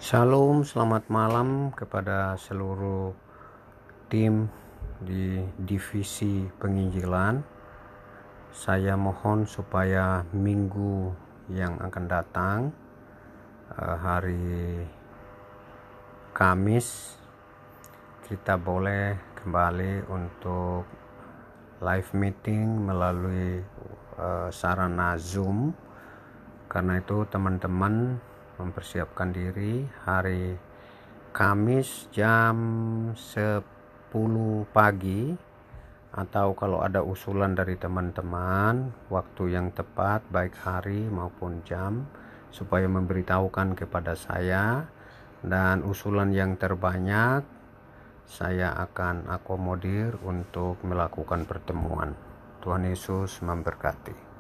Shalom, selamat malam kepada seluruh tim di divisi penginjilan. Saya mohon supaya minggu yang akan datang, hari Kamis, kita boleh kembali untuk live meeting melalui sarana Zoom. Karena itu teman-teman mempersiapkan diri hari Kamis jam 10 pagi, atau kalau ada usulan dari teman-teman waktu yang tepat, baik hari maupun jam, supaya memberitahukan kepada saya, dan usulan yang terbanyak saya akan akomodir untuk melakukan pertemuan. Tuhan Yesus memberkati.